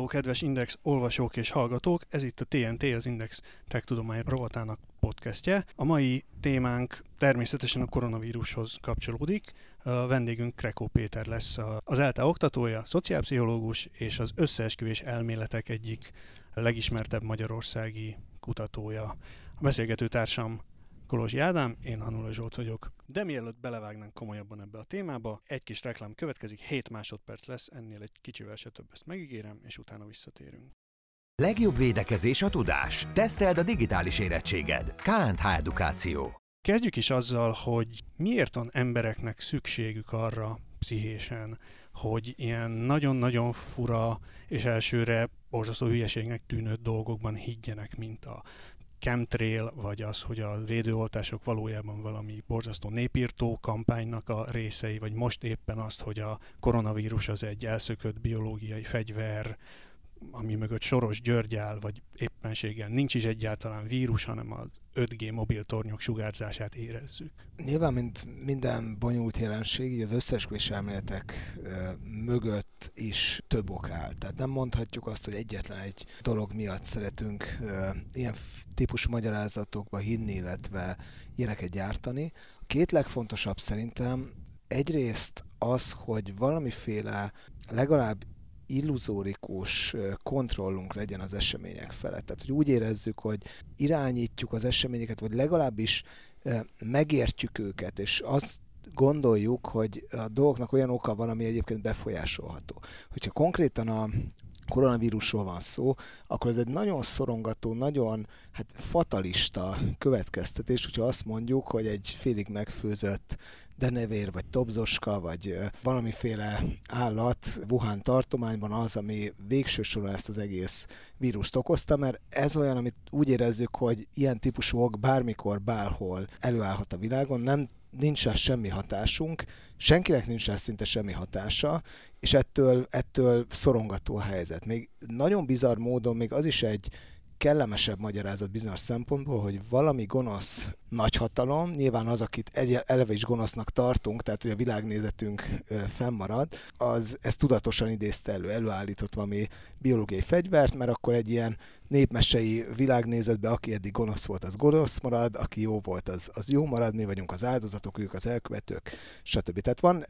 kedves Index olvasók és hallgatók, ez itt a TNT, az Index Tech-tudomány rovatának podcastje. A mai témánk természetesen a koronavírushoz kapcsolódik. A vendégünk Krekó Péter lesz, az ELTE oktatója, szociálpszichológus és az összeesküvés elméletek egyik legismertebb magyarországi kutatója. A beszélgető társam Kolozsi Ádám, én Hanula Zsolt vagyok. De mielőtt belevágnánk komolyabban ebbe a témába, egy kis reklám következik, 7 másodperc lesz, ennél egy kicsivel se több, ezt megígérem, és utána visszatérünk. Legjobb védekezés a tudás. Teszteld a digitális érettséged. KNH Edukáció. Kezdjük is azzal, hogy miért van embereknek szükségük arra pszichésen, hogy ilyen nagyon-nagyon fura és elsőre borzasztó hülyeségnek tűnő dolgokban higgyenek, mint a chemtrail, vagy az, hogy a védőoltások valójában valami borzasztó népírtó kampánynak a részei, vagy most éppen azt, hogy a koronavírus az egy elszökött biológiai fegyver, ami mögött Soros György áll, vagy éppenséggel nincs is egyáltalán vírus, hanem az 5G mobiltornyok sugárzását érezzük. Nyilván, mint minden bonyolult jelenség, így az összeesküvés elméletek mögött is több ok áll. Tehát nem mondhatjuk azt, hogy egyetlen egy dolog miatt szeretünk ilyen típusú magyarázatokba hinni, illetve ilyeneket gyártani. A két legfontosabb szerintem egyrészt az, hogy valamiféle legalább illuzórikus kontrollunk legyen az események felett. Tehát, hogy úgy érezzük, hogy irányítjuk az eseményeket, vagy legalábbis megértjük őket, és azt gondoljuk, hogy a dolgoknak olyan oka van, ami egyébként befolyásolható. Hogyha konkrétan a koronavírusról van szó, akkor ez egy nagyon szorongató, nagyon fatalista következtetés, hogyha azt mondjuk, hogy egy félig megfőzött denevér, vagy tobzoska, vagy valamiféle állat Wuhan tartományban az, ami végső soron ezt az egész vírust okozta, mert ez olyan, amit úgy érezzük, hogy ilyen típusú ok bármikor, bárhol előállhat a világon, nincs rá semmi hatásunk, senkinek nincs rá szinte semmi hatása, és ettől szorongató a helyzet. Még nagyon bizarr módon még az is egy kellemesebb magyarázat bizonyos szempontból, hogy valami gonosz nagyhatalom, nyilván az, akit eleve is gonosznak tartunk, tehát hogy a világnézetünk fennmarad, ezt tudatosan idézte előállított valami biológiai fegyvert, mert akkor egy ilyen népmesei világnézetben, aki eddig gonosz volt, az gonosz marad, aki jó volt, az jó marad, mi vagyunk az áldozatok, ők az elkövetők, stb. Tehát van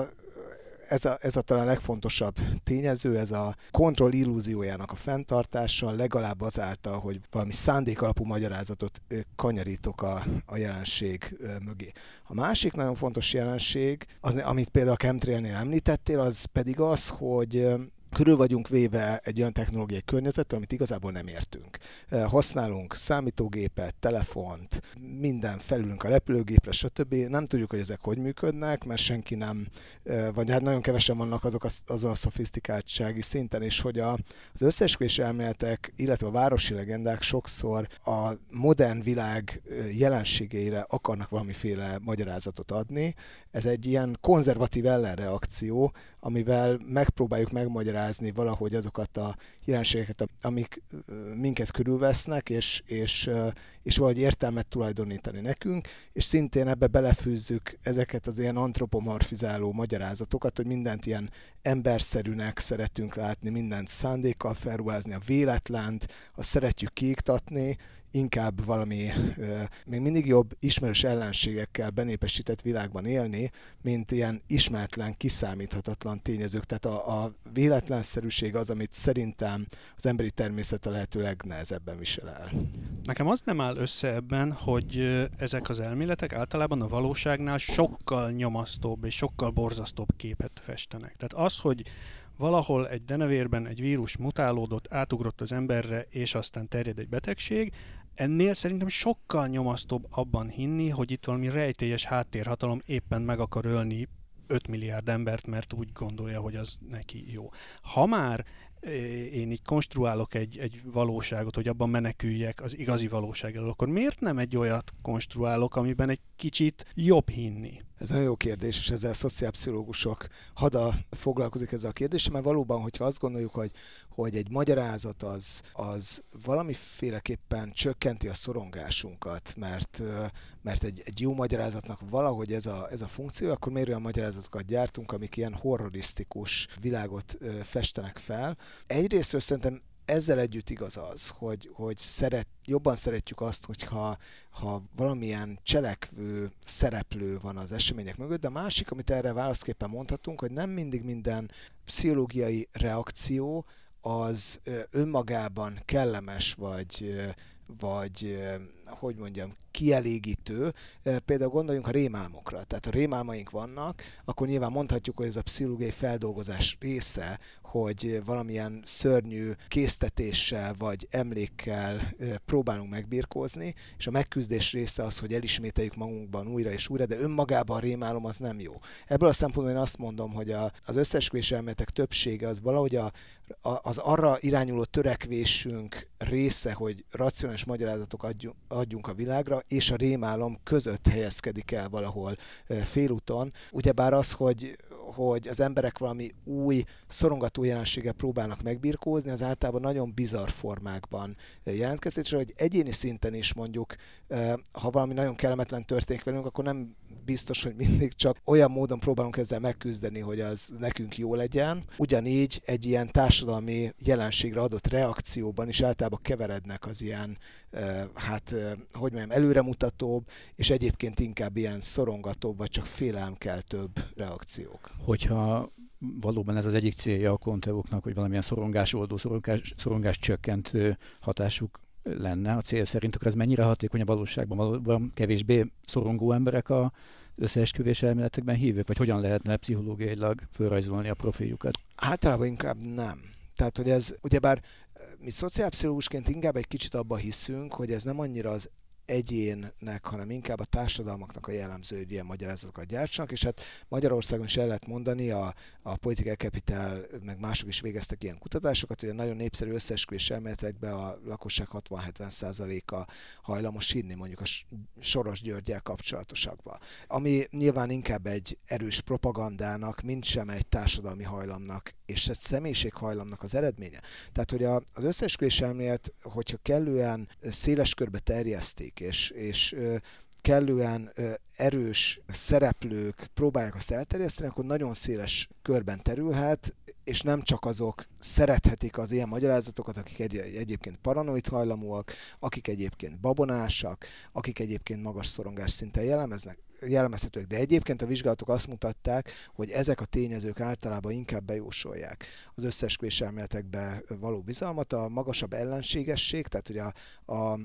ez a talán legfontosabb tényező, ez a kontroll illúziójának a fenntartása, legalább azáltal, hogy valami szándékalapú magyarázatot kanyarítok a jelenség mögé. A másik nagyon fontos jelenség, amit például a chemtrailnél említettél, az pedig az, hogy körül vagyunk véve egy olyan technológiai környezettől, amit igazából nem értünk. Használunk számítógépet, telefont, minden felülünk a repülőgépre, stb. Nem tudjuk, hogy ezek hogy működnek, mert senki nem, vagy nagyon kevesen vannak azon a szofisztikáltsági szinten, és hogy az összeesküvés elméletek, illetve a városi legendák sokszor a modern világ jelenségeire akarnak valamiféle magyarázatot adni. Ez egy ilyen konzervatív ellenreakció, amivel megpróbáljuk megmagyarázni valahogy azokat a jelenségeket, amik minket körülvesznek, és valahogy értelmet tulajdonítani nekünk, és szintén ebbe belefűzzük ezeket az ilyen antropomorfizáló magyarázatokat, hogy mindent ilyen emberszerűnek szeretünk látni, mindent szándékkal felruházni, a véletlent, azt szeretjük kiiktatni, inkább valami még mindig jobb ismerős ellenségekkel benépesített világban élni, mint ilyen ismeretlen, kiszámíthatatlan tényezők. Tehát a véletlenszerűség az, amit szerintem az emberi természet a lehető legnehezebben visel el. Nekem az nem áll össze ebben, hogy ezek az elméletek általában a valóságnál sokkal nyomasztóbb és sokkal borzasztóbb képet festenek. Tehát az, hogy valahol egy denevérben egy vírus mutálódott, átugrott az emberre, és aztán terjed egy betegség, ennél szerintem sokkal nyomasztóbb abban hinni, hogy itt valami rejtélyes háttérhatalom éppen meg akar ölni 5 milliárd embert, mert úgy gondolja, hogy az neki jó. Ha már én így konstruálok egy valóságot, hogy abban meneküljek az igazi valóság elől, akkor miért nem egy olyat konstruálok, amiben egy kicsit jobb hinni? Ez nagyon jó kérdés, és ezzel a szociálpszichológusok hada foglalkozik ezzel a kérdéssel, mert valóban, hogyha azt gondoljuk, hogy egy magyarázat az valamiféleképpen csökkenti a szorongásunkat, mert egy jó magyarázatnak valahogy ez a funkció, akkor miért olyan magyarázatokat gyártunk, amik ilyen horrorisztikus világot festenek fel. Egyrésztről szerintem ezzel együtt igaz az, hogy jobban szeretjük azt, hogyha valamilyen cselekvő szereplő van az események mögött, de a másik, amit erre válaszképpen mondhatunk, hogy nem mindig minden pszichológiai reakció az önmagában kellemes, vagy hogy mondjam, kielégítő. Például gondoljunk a rémálmokra. Tehát ha rémálmaink vannak, akkor nyilván mondhatjuk, hogy ez a pszichológiai feldolgozás része, hogy valamilyen szörnyű késztetéssel vagy emlékkel próbálunk megbirkózni, és a megküzdés része az, hogy elismételjük magunkban újra és újra, de önmagában a rémálom az nem jó. Ebből a szempontból én azt mondom, hogy az összeesküvés elméletek többsége az valahogy az arra irányuló törekvésünk része, hogy racionális magyarázatok adjunk a világra, és a rémálom között helyezkedik el valahol félúton. Ugyebár az, hogy az emberek valami új szorongató jelenséggel próbálnak megbirkózni, az általában nagyon bizarr formákban jelentkezik, és hogy egyéni szinten is mondjuk, ha valami nagyon kellemetlen történik velünk, akkor nem biztos, hogy mindig csak olyan módon próbálunk ezzel megküzdeni, hogy az nekünk jó legyen. Ugyanígy egy ilyen társadalmi jelenségre adott reakcióban is általában keverednek az ilyen, hogy mondjam, előremutatóbb, és egyébként inkább ilyen szorongatóbb, vagy csak félelemkeltőbb reakciók. Hogyha valóban ez az egyik célja a konteóknak, hogy valamilyen szorongásoldó, szorongás csökkentő hatásuk lenne a cél szerint, akkor ez mennyire hatékony a valóságban? Valóban kevésbé szorongó emberek az összeesküvés elméletekben hívők, vagy hogyan lehetne pszichológiailag fölrajzolni a profiljukat? Általában inkább nem. Tehát, hogy ez, ugyebár mi szociálpszichológusként inkább egy kicsit abba hiszünk, hogy ez nem annyira az egyénnek, hanem inkább a társadalmaknak a jellemző, hogy ilyen magyarázatokat gyártsanak, és hát Magyarországon is el lehet mondani, a Political Capital, meg mások is végeztek ilyen kutatásokat, hogy a nagyon népszerű összeesküvés elméletekben a lakosság 60-70%-a hajlamos hinni mondjuk a Soros Györggyel kapcsolatosakba. Ami nyilván inkább egy erős propagandának, mint sem egy társadalmi hajlamnak, és egy személyiséghajlamnak az eredménye. Tehát, hogy az összeesküvés elmélet, hogyha kellően széles körbe terjesztik, és kellően erős szereplők próbálják azt elterjeszteni, akkor nagyon széles körben terülhet, és nem csak azok szerethetik az ilyen magyarázatokat, akik egyébként paranoid hajlamúak, akik egyébként babonásak, akik egyébként magas szorongás szinten jellemezhetőek. De egyébként a vizsgálatok azt mutatták, hogy ezek a tényezők általában inkább bejósolják az összeesküvés elméletekbe való bizalmat, a magasabb ellenségesség, tehát hogy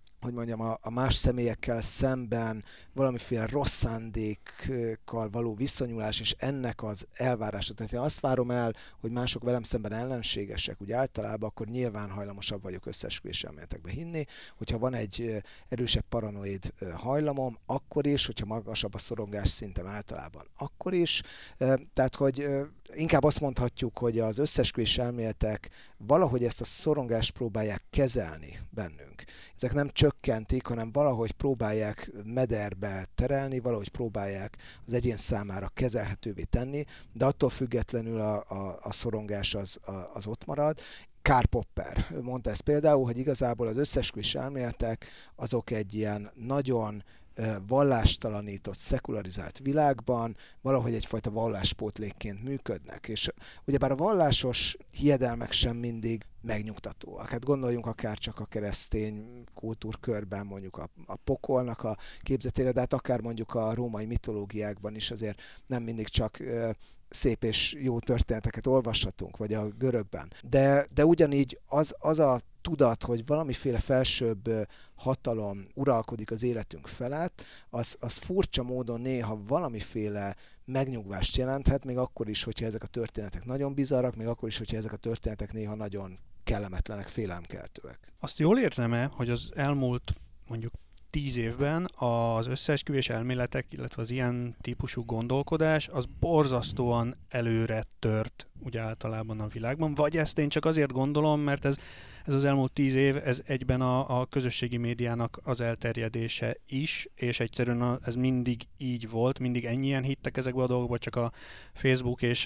a más személyekkel szemben valamiféle rossz szándékkal való viszonyulás, és ennek az elvárása. Tehát én azt várom el, hogy mások velem szemben ellenségesek, úgy általában, akkor nyilván hajlamosabb vagyok összeesküvés elméletekbe hinni. Hogyha van egy erősebb paranoid hajlamom, akkor is, hogyha magasabb a szorongás szintem általában, akkor is. Tehát, hogy inkább azt mondhatjuk, hogy az összeesküvés elméletek valahogy ezt a szorongást próbálják kezelni bennünk. Ezek nem csökkentik, hanem valahogy próbálják mederbe terelni, valahogy próbálják az egyén számára kezelhetővé tenni, de attól függetlenül a szorongás az ott marad. Karl Popper mondta ezt például, hogy igazából az összeesküvés elméletek azok egy ilyen nagyon vallástalanított, szekularizált világban valahogy egyfajta valláspótlékként működnek. És ugyebár a vallásos hiedelmek sem mindig megnyugtatóak. Hát gondoljunk akár csak a keresztény kultúrkörben mondjuk a pokolnak a képzetére, de hát akár mondjuk a római mitológiákban is azért nem mindig csak szép és jó történeteket olvashatunk, vagy a görögben. De ugyanígy az a tudat, hogy valamiféle felsőbb hatalom uralkodik az életünk felett, az furcsa módon néha valamiféle megnyugvást jelenthet, még akkor is, hogyha ezek a történetek nagyon bizarrak, még akkor is, hogyha ezek a történetek néha nagyon kellemetlenek, félelemkeltőek. Azt jól érzem-e, hogy az elmúlt mondjuk 10 évben az összeesküvés elméletek, illetve az ilyen típusú gondolkodás, az borzasztóan előre tört úgy általában a világban, vagy ezt én csak azért gondolom, mert ez ez az elmúlt 10 év, ez egyben a közösségi médiának az elterjedése is, és egyszerűen ez mindig így volt, mindig ennyien hittek ezekbe a dolgokba, csak a Facebook és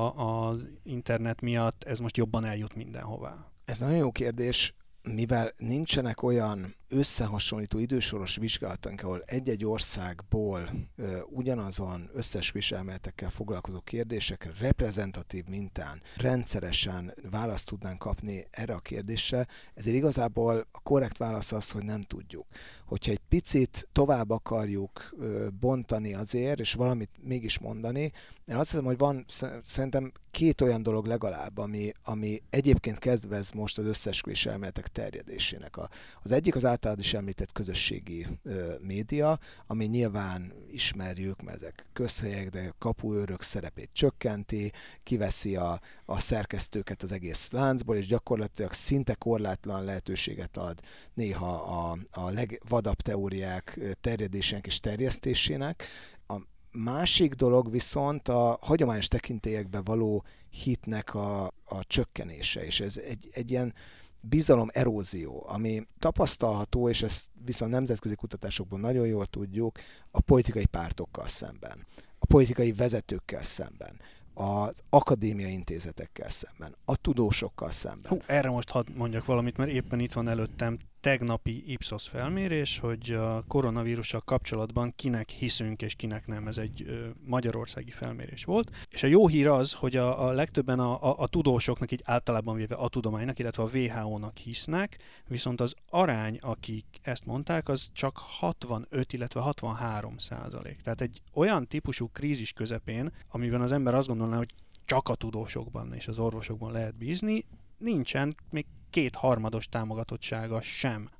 az internet miatt ez most jobban eljut mindenhová. Ez nagyon jó kérdés, mivel nincsenek olyan összehasonlító idősoros vizsgálatunk, ahol egy-egy országból ugyanazon összesküvés elméletekkel foglalkozó kérdésekre reprezentatív mintán rendszeresen választ tudnánk kapni erre a kérdésre, ezért igazából a korrekt válasz az, hogy nem tudjuk. Hogyha egy picit tovább akarjuk bontani azért, és valamit mégis mondani, én azt hiszem, hogy van szerintem 2 olyan dolog legalább, ami egyébként kedvez most az összesküvés elméletek terjedésének. Az egyik az általad is említett közösségi média, ami nyilván ismerjük, mert ezek közhelyek, de a kapuőrök szerepét csökkenti, kiveszi a szerkesztőket az egész láncból, és gyakorlatilag szinte korlátlan lehetőséget ad néha a legvadabb teóriák terjedésének és terjesztésének. A másik dolog viszont a hagyományos tekintélyekbe való hitnek a csökkenése, és ez egy ilyen bizalomerózió, ami tapasztalható, és ezt viszont nemzetközi kutatásokból nagyon jól tudjuk, a politikai pártokkal szemben, a politikai vezetőkkel szemben, az akadémiai intézetekkel szemben, a tudósokkal szemben. Erre most hadd mondjak valamit, mert éppen itt van előttem tegnapi Ipsos felmérés, hogy a koronavírussal kapcsolatban kinek hiszünk és kinek nem. Ez egy magyarországi felmérés volt. És a jó hír az, hogy a legtöbben a tudósoknak, így általában véve a tudománynak, illetve a WHO-nak hisznek, viszont az arány, akik ezt mondták, az csak 65, illetve 63%. Tehát egy olyan típusú krízis közepén, amiben az ember azt gondolná, hogy csak a tudósokban és az orvosokban lehet bízni, nincsen még 2/3 támogatottsága sem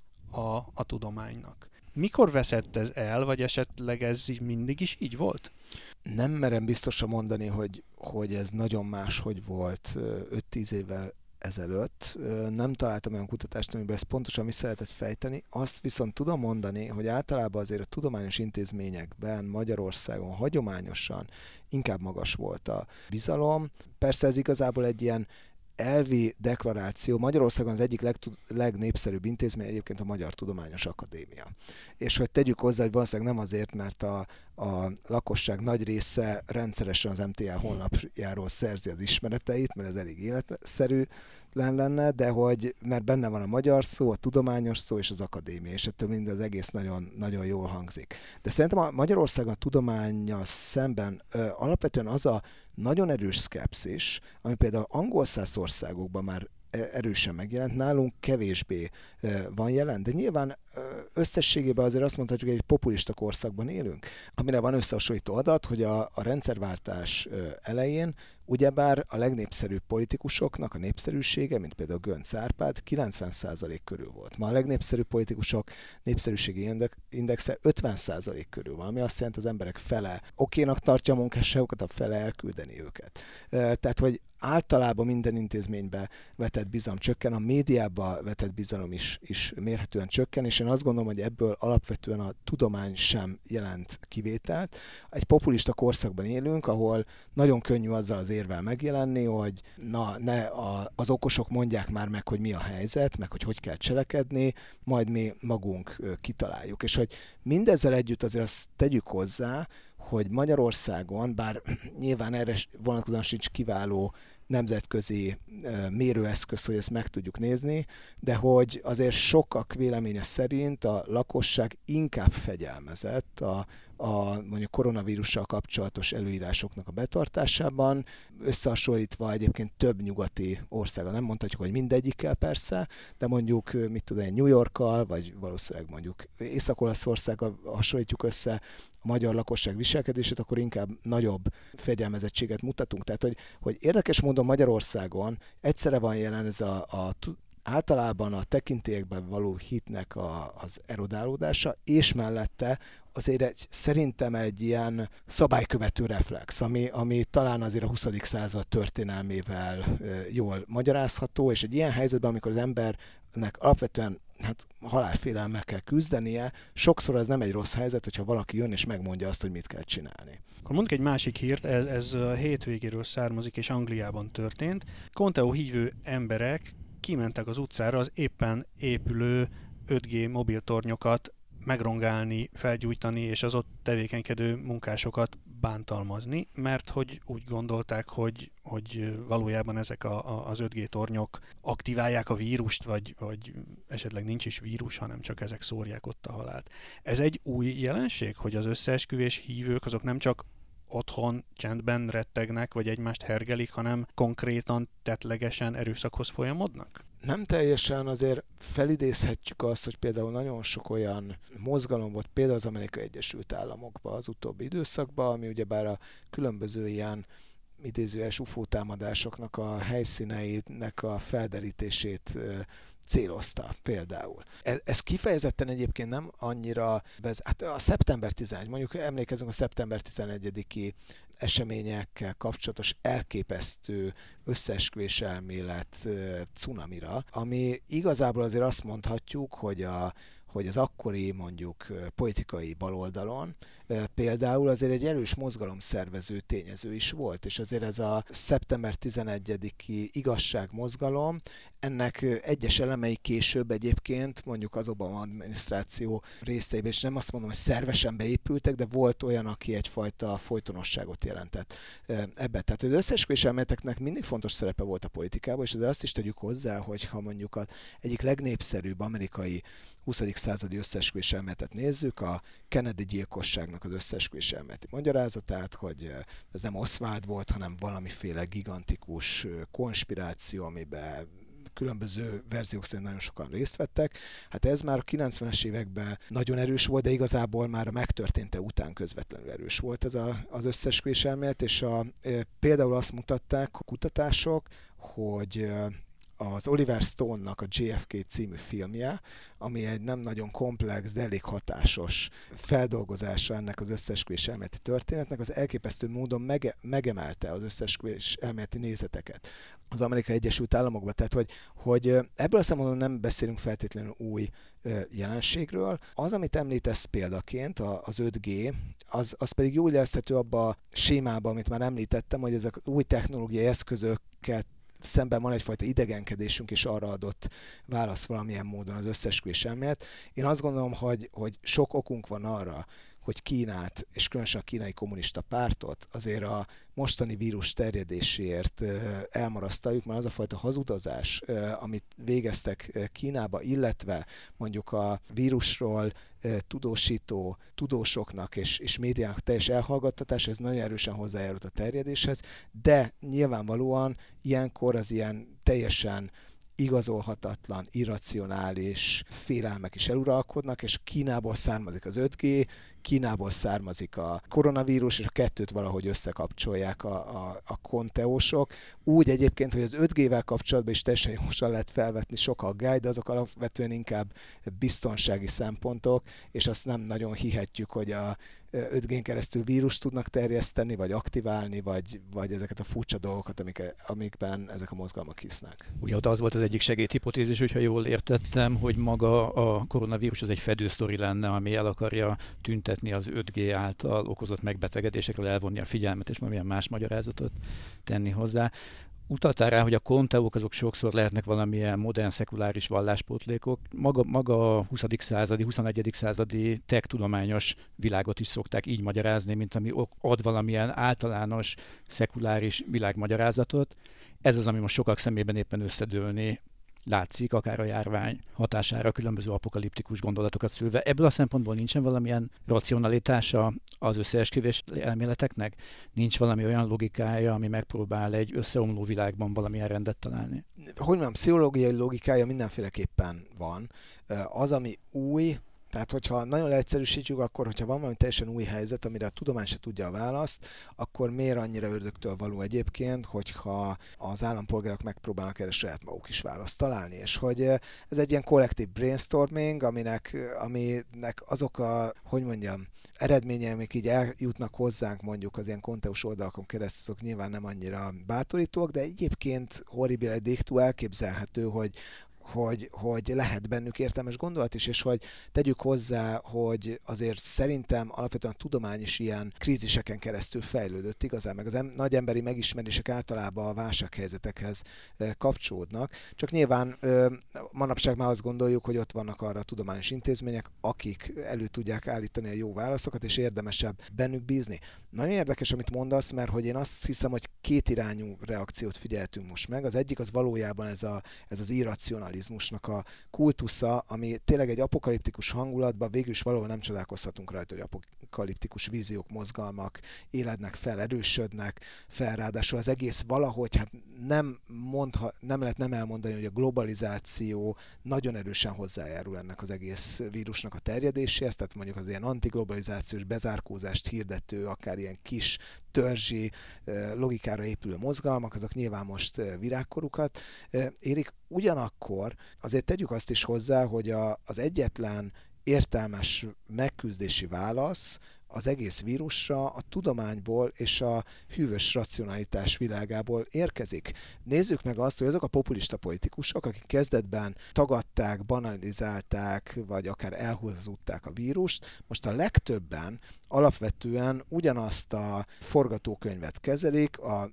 a tudománynak. Mikor veszett ez el, vagy esetleg ez mindig is így volt? Nem merem biztosan mondani, hogy ez nagyon máshogy volt 5-10 évvel ezelőtt. Nem találtam olyan kutatást, amiben ezt pontosan vissza lehetett fejteni. Azt viszont tudom mondani, hogy általában azért a tudományos intézményekben Magyarországon hagyományosan inkább magas volt a bizalom. Persze ez igazából egy ilyen elvi deklaráció. Magyarországon az egyik legnépszerűbb intézmény egyébként a Magyar Tudományos Akadémia. És hogy tegyük hozzá, hogy valószínűleg nem azért, mert a lakosság nagy része rendszeresen az MTA honlapjáról szerzi az ismereteit, mert ez elég életszerű lenne, de hogy mert benne van a magyar szó, a tudományos szó és az akadémia, és ettől mind az egész nagyon, nagyon jól hangzik. De szerintem a Magyarországon a tudománnyal szemben alapvetően az a nagyon erős szkepszis, ami például angol száz országokban már erősen megjelent, nálunk kevésbé van jelen, de nyilván összességében azért azt mondhatjuk, hogy egy populista korszakban élünk, amire van összehasonlító adat, hogy a rendszerváltás elején ugyebár a legnépszerűbb politikusoknak a népszerűsége, mint például Göncz Árpád, 90% körül volt. Ma a legnépszerűbb politikusok népszerűségi indexe 50% körül van, ami azt jelenti, az emberek fele okénak tartja a munkásságokat, a fele elküldeni őket. Tehát, hogy általában minden intézménybe vetett bizalom csökken, a médiába vetett bizalom is mérhetően csökken, és én azt gondolom, hogy ebből alapvetően a tudomány sem jelent kivételt. Egy populista korszakban élünk, ahol nagyon könnyű azzal az érvel megjelenni, hogy az okosok mondják már meg, hogy mi a helyzet, meg hogy kell cselekedni, majd mi magunk kitaláljuk. És hogy mindezzel együtt azért azt tegyük hozzá, hogy Magyarországon, bár nyilván erre vonatkozóan sincs kiváló nemzetközi mérőeszköz, hogy ezt meg tudjuk nézni, de hogy azért sokak véleménye szerint a lakosság inkább fegyelmezett mondjuk koronavírussal kapcsolatos előírásoknak a betartásában, összehasonlítva egyébként több nyugati országgal. Nem mondhatjuk, hogy mindegyikkel persze, de mondjuk, New Yorkkal, vagy valószínűleg mondjuk Észak-Olaszországgal hasonlítjuk össze a magyar lakosság viselkedését, akkor inkább nagyobb fegyelmezettséget mutatunk. Tehát, hogy érdekes módon Magyarországon egyszerre van jelen ez általában a tekintélyekben való hitnek az erodálódása, és mellette azért szerintem egy ilyen szabálykövető reflex, ami talán azért a 20. század történelmével jól magyarázható, és egy ilyen helyzetben, amikor az embernek alapvetően halálfélelemmel kell küzdenie, sokszor ez nem egy rossz helyzet, hogyha valaki jön és megmondja azt, hogy mit kell csinálni. Akkor mondjuk egy másik hírt, ez a hétvégéről származik, és Angliában történt. Conteo hívő emberek kimentek az utcára az éppen épülő 5G mobiltornyokat megrongálni, felgyújtani és az ott tevékenykedő munkásokat bántalmazni, mert hogy úgy gondolták, hogy valójában ezek az 5G tornyok aktiválják a vírust, vagy esetleg nincs is vírus, hanem csak ezek szórják ott a halált. Ez egy új jelenség, hogy az összeesküvés hívők azok nem csak otthon csendben rettegnek, vagy egymást hergelik, hanem konkrétan tettlegesen erőszakhoz folyamodnak? Nem teljesen, azért felidézhetjük azt, hogy például nagyon sok olyan mozgalom volt, például az Amerikai Egyesült Államokban az utóbbi időszakban, ami ugyebár a különböző ilyen idézőes UFO támadásoknak a helyszíneinek a felderítését célozta például. Ez kifejezetten egyébként nem annyira, hát a szeptember 11, mondjuk emlékezünk a szeptember 11-i eseményekkel kapcsolatos elképesztő összeesküvés elmélet cunamira, ami igazából azért azt mondhatjuk, hogy az akkori mondjuk politikai baloldalon például azért egy erős mozgalomszervező tényező is volt, és azért ez a szeptember 11-i igazságmozgalom, ennek egyes elemei később egyébként mondjuk az Obama adminisztráció részeiben, és nem azt mondom, hogy szervesen beépültek, de volt olyan, aki egyfajta folytonosságot jelentett ebbe. Tehát az összeesküvés elméleteknek mindig fontos szerepe volt a politikában, és azt is tegyük hozzá, hogy ha mondjuk az egyik legnépszerűbb amerikai 20. századi összeesküvés elméletet nézzük, a Kennedy gyilkosságnak az összeesküvés elméleti magyarázatát, hogy ez nem Oswald volt, hanem valamiféle gigantikus konspiráció, amiben különböző verziók szerint nagyon sokan részt vettek. Hát ez már a 90-es években nagyon erős volt, de igazából már a megtörténte után közvetlenül erős volt ez az összeesküvés elmélet, és például azt mutatták a kutatások, hogy az Oliver Stone-nak a JFK című filmje, ami egy nem nagyon komplex, de elég hatásos feldolgozása ennek az összeesküvés elméleti történetnek, az elképesztő módon megemelte az összeesküvés elméleti nézeteket az Amerikai Egyesült Államokban. Tehát, hogy ebből a szempontból nem beszélünk feltétlenül új jelenségről. Az, amit említesz példaként, az 5G, az pedig jól jelezhető abba a sémába, amit már említettem, hogy ezek új technológiai eszközöket szemben van egyfajta idegenkedésünk, és arra adott válasz valamilyen módon az összeesküvés elmélet. Én azt gondolom, hogy sok okunk van arra, hogy Kínát, és különösen a kínai kommunista pártot azért a mostani vírus terjedéséért elmarasztaljuk, mert az a fajta hazudozás, amit végeztek Kínába, illetve mondjuk a vírusról tudósító tudósoknak és médiának teljes elhallgattatás, ez nagyon erősen hozzájárult a terjedéshez, de nyilvánvalóan ilyenkor az ilyen teljesen igazolhatatlan, irracionális félelmek is eluralkodnak, és Kínából származik az 5G, Kínából származik a koronavírus, és a kettőt valahogy összekapcsolják a konteósok. Úgy egyébként, hogy az 5G-vel kapcsolatban is teljesen jósan lehet felvetni sok aggályt, de azok alapvetően inkább biztonsági szempontok, és azt nem nagyon hihetjük, hogy a 5G-n keresztül vírust tudnak terjeszteni, vagy aktiválni, vagy ezeket a furcsa dolgokat, amikben ezek a mozgalmak hisznek. Ugye ott az volt az egyik segédhipotézis, hogyha jól értettem, hogy maga a koronavírus az egy fedősztori lenne, ami el akarja tüntetni az 5G által okozott megbetegedésekről, elvonni a figyelmet, és valamilyen más magyarázatot tenni hozzá. Utaltál rá, hogy a konteók azok sokszor lehetnek valamilyen modern, szekuláris valláspótlékok. Maga a 20. századi, 21. századi tech-tudományos világot is szokták így magyarázni, mint ami ad valamilyen általános, szekuláris világmagyarázatot. Ez az, ami most sokak szemében éppen összedőlni látszik, akár a járvány hatására különböző apokaliptikus gondolatokat szülve. Ebből a szempontból nincsen valamilyen racionalitása az összeesküvés elméleteknek? Nincs valami olyan logikája, ami megpróbál egy összeomló világban valamilyen rendet találni? Hogy mondjam, pszichológiai logikája mindenféleképpen van. Az, ami új, tehát, hogyha nagyon leegyszerűsítjük, akkor, hogyha van valami teljesen új helyzet, amire a tudomány se tudja a választ, akkor miért annyira ördögtől való egyébként, hogyha az állampolgárok megpróbálnak erre saját maguk is választ találni. És hogy ez egy ilyen kollektív brainstorming, aminek azok a, hogy mondjam, eredménye, amik így eljutnak hozzánk mondjuk az ilyen konteós oldalakon keresztül, azok nyilván nem annyira bátorítóak, de egyébként horribile dictu elképzelhető, hogy lehet bennük értelmes gondolat is, és hogy tegyük hozzá, hogy azért szerintem alapvetően a tudomány is ilyen kríziseken keresztül fejlődött igazán, meg az nagy emberi megismerések általában a válsághelyzetekhez kapcsolódnak. Csak nyilván manapság már azt gondoljuk, hogy ott vannak arra a tudományos intézmények, akik elő tudják állítani a jó válaszokat, és érdemesebb bennük bízni. Nagyon érdekes, amit mondasz, mert hogy én azt hiszem, hogy kétirányú reakciót figyeltünk most meg. Az egyik az valójában ez az irracionalizmusnak a kultusza, ami tényleg egy apokaliptikus hangulatban, végül is valahol nem csodálkozhatunk rajta, hogy apokaliptikus víziók, mozgalmak élednek fel, erősödnek fel, ráadásul az egész valahogy, hát nem lehet nem elmondani, hogy a globalizáció nagyon erősen hozzájárul ennek az egész vírusnak a terjedéséhez, tehát mondjuk az ilyen antiglobalizációs bezárkózást hirdető, akár ilyen kis törzsi logikára épülő mozgalmak, azok nyilván most virágkorukat érik. Ugyanakkor azért tegyük azt is hozzá, hogy az egyetlen értelmes megküzdési válasz az egész vírusra a tudományból és a hűvös racionalitás világából érkezik. Nézzük meg azt, hogy azok a populista politikusok, akik kezdetben tagadták, banalizálták, vagy akár elhúzódták a vírust, most a legtöbben alapvetően ugyanazt a forgatókönyvet kezelik, a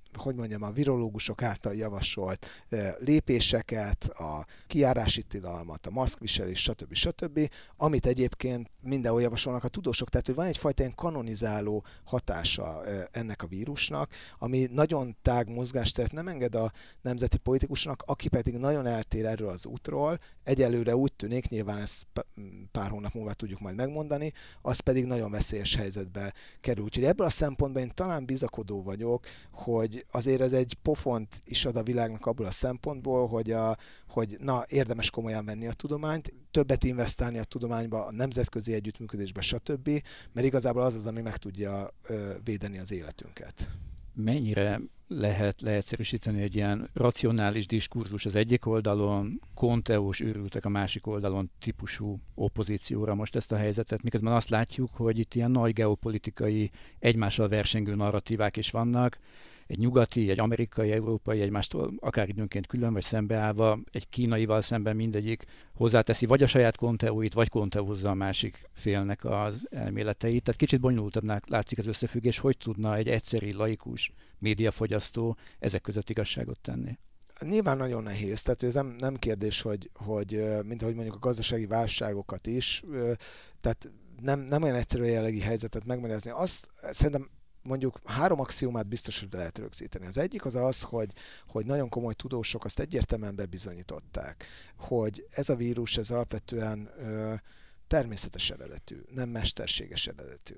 virológusok által javasolt lépéseket, a kijárási tilalmat, a maszkviselés, stb., amit egyébként mindenhol javasolnak a tudósok. Tehát, hogy van egyfajta ilyen kanonizáló hatása ennek a vírusnak, ami nagyon tág mozgásteret nem enged a nemzeti politikusnak, aki pedig nagyon eltér erről az útról. Egyelőre úgy tűnik, nyilván ezt pár hónap múlva tudjuk majd megmondani, az pedig nagyon veszélyes helyzetbe kerül. Úgyhogy ebből a szempontból én talán bizakodó vagyok, hogy azért ez egy pofont is ad a világnak abból a szempontból, hogy érdemes komolyan venni a tudományt, többet investálni a tudományba, a nemzetközi együttműködésbe, stb., mert igazából az, ami meg tudja védeni az életünket. Mennyire lehet leegyszerűsíteni egy ilyen racionális diskurzus az egyik oldalon, konteós őrültek a másik oldalon típusú opozícióra most ezt a helyzetet, miközben azt látjuk, hogy itt ilyen nagy geopolitikai, egymással versengő narratívák is vannak, egy nyugati, egy amerikai, európai, egymástól akár időnként külön vagy szembeállva, egy kínaival szemben mindegyik hozzáteszi vagy a saját konteóit, vagy konteózza a másik félnek az elméleteit. Tehát kicsit bonyolultabbnak látszik az összefüggés, hogy tudna egy egyszeri, laikus médiafogyasztó ezek között igazságot tenni. Nyilván nagyon nehéz, tehát ez nem kérdés, hogy mint ahogy mondjuk a gazdasági válságokat is, tehát nem olyan egyszerű a jelenlegi helyzetet megmagyarázni. Azt szerintem mondjuk 3 axiómát biztos, hogy lehet rögzíteni. Az egyik az, hogy nagyon komoly tudósok azt egyértelműen bebizonyították, hogy ez a vírus, ez alapvetően természetes eredetű, nem mesterséges eredetű.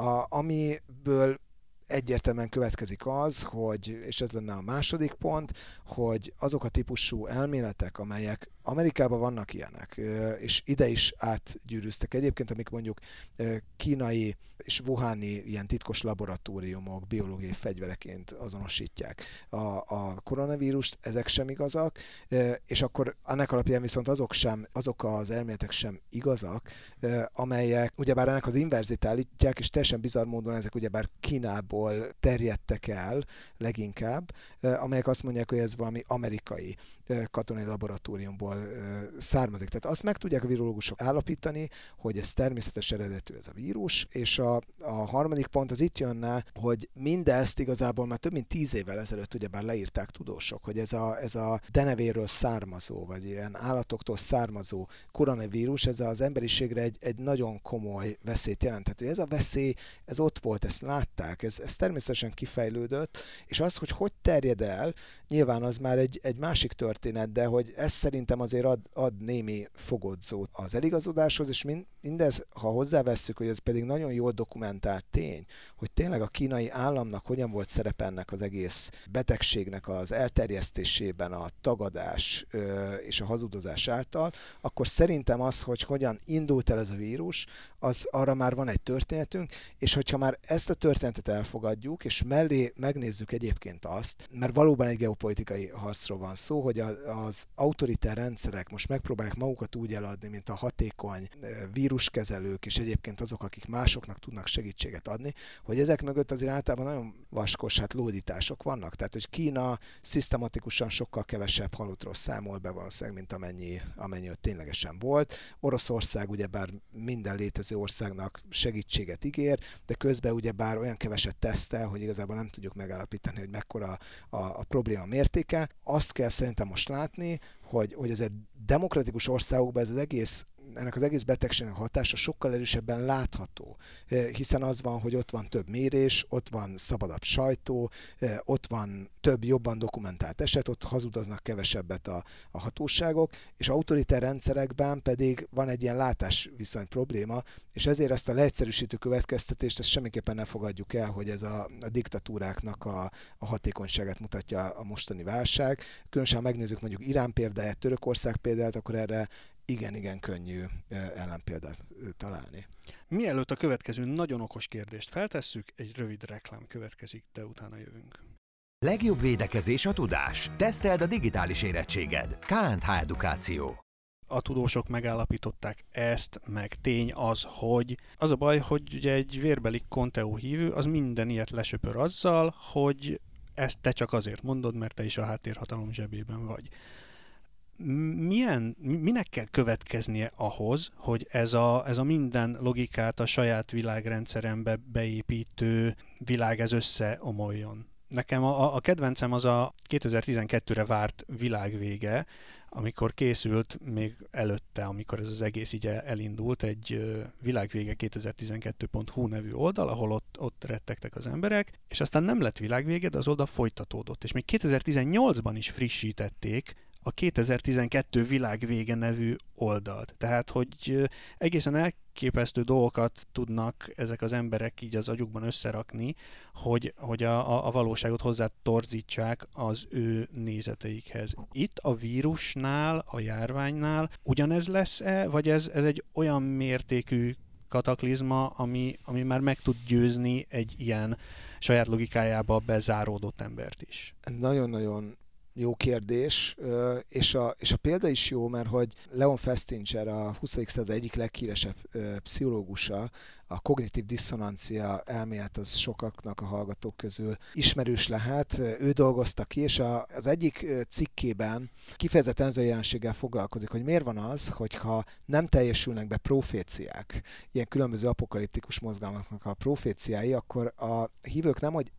Amiből egyértelműen következik az, és ez lenne a második pont, hogy azok a típusú elméletek, amelyek Amerikában vannak ilyenek, és ide is átgyűrűztek egyébként, amik mondjuk kínai és wuhani ilyen titkos laboratóriumok biológiai fegyvereként azonosítják a koronavírust, ezek sem igazak, és akkor ennek alapján viszont azok az elméletek sem igazak, amelyek ugyebár ennek az inverzit állítják, és teljesen bizarr módon ezek ugyebár Kínából terjedtek el leginkább, amelyek azt mondják, hogy ez valami amerikai katonai laboratóriumból származik. Tehát azt meg tudják a virológusok állapítani, hogy ez természetes eredetű ez a vírus, és a harmadik pont az itt jönne, hogy mindezt igazából már több mint 10 évvel ezelőtt ugyebár leírták tudósok, hogy ez a denevéről származó, vagy ilyen állatoktól származó koronavírus, ez az emberiségre egy nagyon komoly veszélyt jelenthet. Ez a veszély, ez ott volt, ezt látták, ez természetesen kifejlődött, és az, hogy terjed el, nyilván az már egy másik történet, de hogy ez szerintem azért ad némi fogodzót az eligazodáshoz, és mindez, ha hozzávesszük, hogy ez pedig nagyon jól dokumentált tény, hogy tényleg a kínai államnak hogyan volt szerepe ennek az egész betegségnek az elterjesztésében, a tagadás és a hazudozás által, akkor szerintem az, hogy hogyan indult el ez a vírus, az arra már van egy történetünk, és hogyha már ezt a történetet elfogadjuk, és mellé megnézzük egyébként azt, mert valóban egy politikai harcról van szó, hogy az autoritár rendszerek most megpróbálják magukat úgy eladni, mint a hatékony víruskezelők, és egyébként azok, akik másoknak tudnak segítséget adni, hogy ezek mögött azért általában nagyon vaskos lódítások vannak. Tehát, hogy Kína szisztematikusan sokkal kevesebb halottról számol be valószínűleg, mint amennyi ott ténylegesen volt. Oroszország ugyebár minden létező országnak segítséget ígér, de közben ugyebár olyan keveset tesztel, hogy igazából nem tudjuk megállapítani, hogy mekkora a probléma mértéke. Azt kell szerintem most látni, hogy ez egy demokratikus országokban ennek az egész betegségnek hatása sokkal erősebben látható, hiszen az van, hogy ott van több mérés, ott van szabadabb sajtó, ott van több jobban dokumentált eset, ott hazudoznak kevesebbet a hatóságok, és autoritár rendszerekben pedig van egy ilyen látásviszony probléma, és ezért ezt a leegyszerűsítő következtetést ezt semmiképpen nem fogadjuk el, hogy ez a diktatúráknak a hatékonyságát mutatja a mostani válság. Különösen megnézzük mondjuk Irán példáját, Törökország példát, akkor erre igen könnyű ellenpéldát találni. Mielőtt a következő nagyon okos kérdést feltesszük, egy rövid reklám következik, de utána jövünk. Legjobb védekezés a tudás. Teszteld a digitális érettséged. KNH Edukáció. A tudósok megállapították ezt, meg tény az, hogy az a baj, hogy ugye egy vérbeli Conteo hívő az minden ilyet lesöpör azzal, hogy ezt te csak azért mondod, mert te is a háttérhatalom zsebében vagy. Minek kell következnie ahhoz, hogy ez a minden logikát a saját világrendszerembe beépítő világ ez összeomoljon? Nekem a kedvencem az a 2012-re várt világvége, amikor készült még előtte, amikor ez az egész így elindult, egy világvége2012.hu nevű oldal, ahol ott rettegtek az emberek, és aztán nem lett világvége, de az oldal folytatódott. És még 2018-ban is frissítették a 2012 világvége nevű oldalt. Tehát, hogy egészen elképesztő dolgokat tudnak ezek az emberek így az agyukban összerakni, hogy a valóságot hozzá torzítsák az ő nézeteikhez. Itt a vírusnál, a járványnál ugyanez lesz-e, vagy ez egy olyan mértékű kataklizma, ami már meg tud győzni egy ilyen saját logikájába bezáródott embert is? Nagyon-nagyon jó kérdés, és a példa is jó, mert hogy Leon Festinger, a 20. század egyik leghíresebb pszichológusa, a kognitív diszonancia elmélet az sokaknak a hallgatók közül ismerős lehet. Ő dolgozta ki, és az egyik cikkében kifejezetten ezzel a jelenséggel foglalkozik, hogy miért van az, hogyha nem teljesülnek be proféciák, ilyen különböző apokaliptikus mozgalmaknak a proféciái, akkor a hívők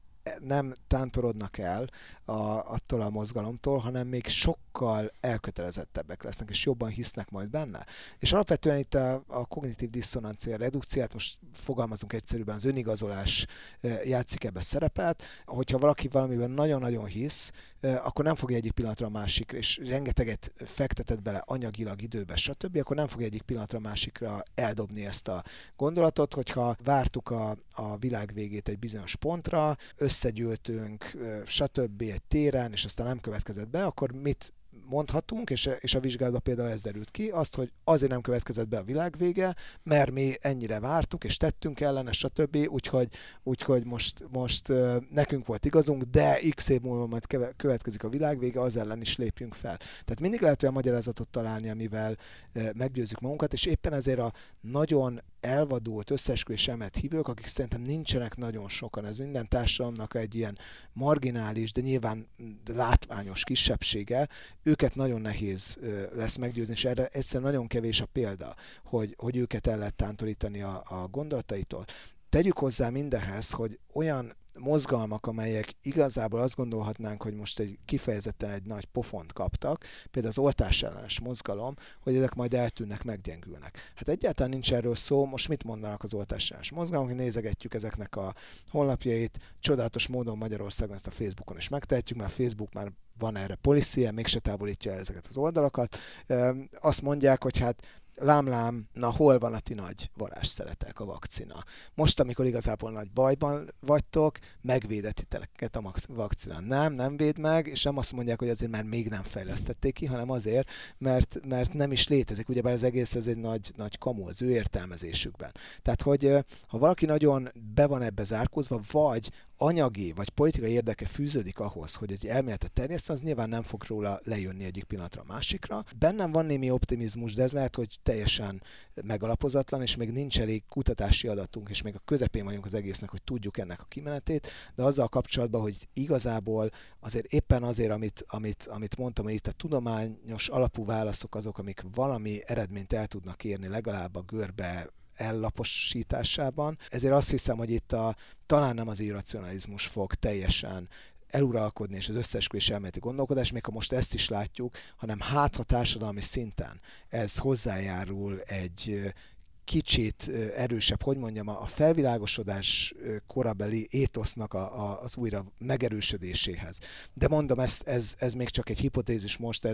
nem tántorodnak el attól a mozgalomtól, hanem még sokkal elkötelezettebbek lesznek, és jobban hisznek majd benne. És alapvetően itt a kognitív diszonancia redukciát, most fogalmazunk egyszerűen, az önigazolás játszik ebbe szerepet. Hogyha valaki valamiben nagyon-nagyon hisz, akkor nem fogja egyik pillanatra a másikra, és rengeteget fektetett bele anyagilag, időbe, stb., akkor nem fogja egyik pillanatra a másikra eldobni ezt a gondolatot, hogyha vártuk a világ végét egy bizonyos pontra, összegyűltünk, stb. Egy téren, és aztán nem következett be, akkor mit mondhatunk, és a vizsgálatban például ez derült ki, azt, hogy azért nem következett be a világ vége, mert mi ennyire vártuk, és tettünk ellene, stb. Úgyhogy most nekünk volt igazunk, de x év múlva majd következik a világ vége, az ellen is lépjünk fel. Tehát mindig lehet olyan magyarázatot találni, amivel meggyőzzük magunkat, és éppen ezért a nagyon elvadult összeesküvés elmélet hívők, akik szerintem nincsenek nagyon sokan. Ez minden társadalomnak egy ilyen marginális, de nyilván látványos kisebbsége, őket nagyon nehéz lesz meggyőzni, és erre egyszerűen nagyon kevés a példa, hogy őket el lehet tántorítani a gondolataitól. Tegyük hozzá mindehhez, hogy olyan mozgalmak, amelyek igazából azt gondolhatnánk, hogy most kifejezetten egy nagy pofont kaptak, például az oltás ellenes mozgalom, hogy ezek majd eltűnnek, meggyengülnek. Hát egyáltalán nincs erről szó, most mit mondanak az oltás ellenes mozgalmak, hogy nézegetjük ezeknek a honlapjait, csodálatos módon Magyarországon ezt a Facebookon is megtehetjük, mert a Facebook már van erre policy, mégse távolítja el ezeket az oldalakat. Azt mondják, hogy hát lám, na hol van a ti nagy varázsszeretek, a vakcina? Most, amikor igazából nagy bajban vagytok, megvédett titeket a vakcina. Nem véd meg, és nem azt mondják, hogy azért már még nem fejlesztették ki, hanem azért, mert nem is létezik. Ugyebár az egész ez egy nagy kamu az ő értelmezésükben. Tehát, hogy ha valaki nagyon be van ebbe zárkózva, vagy anyagi vagy politikai érdeke fűződik ahhoz, hogy egy elméletet terjeszt, az nyilván nem fog róla lejönni egyik pillanatra a másikra. Bennem van némi optimizmus, de ez lehet, hogy teljesen megalapozatlan, és még nincs elég kutatási adatunk, és még a közepén vagyunk az egésznek, hogy tudjuk ennek a kimenetét, de azzal kapcsolatban, hogy igazából azért éppen azért, amit mondtam, hogy itt a tudományos alapú válaszok azok, amik valami eredményt el tudnak érni legalább a görbe ellaposításában. Ezért azt hiszem, hogy itt talán nem az irracionalizmus fog teljesen eluralkodni, és az összeesküvés elméleti gondolkodás, még ha most ezt is látjuk, hanem ha társadalmi szinten ez hozzájárul egy kicsit erősebb, hogy mondjam, a felvilágosodás korabeli étosznak az újra megerősödéséhez. De mondom, ez még csak egy hipotézis most,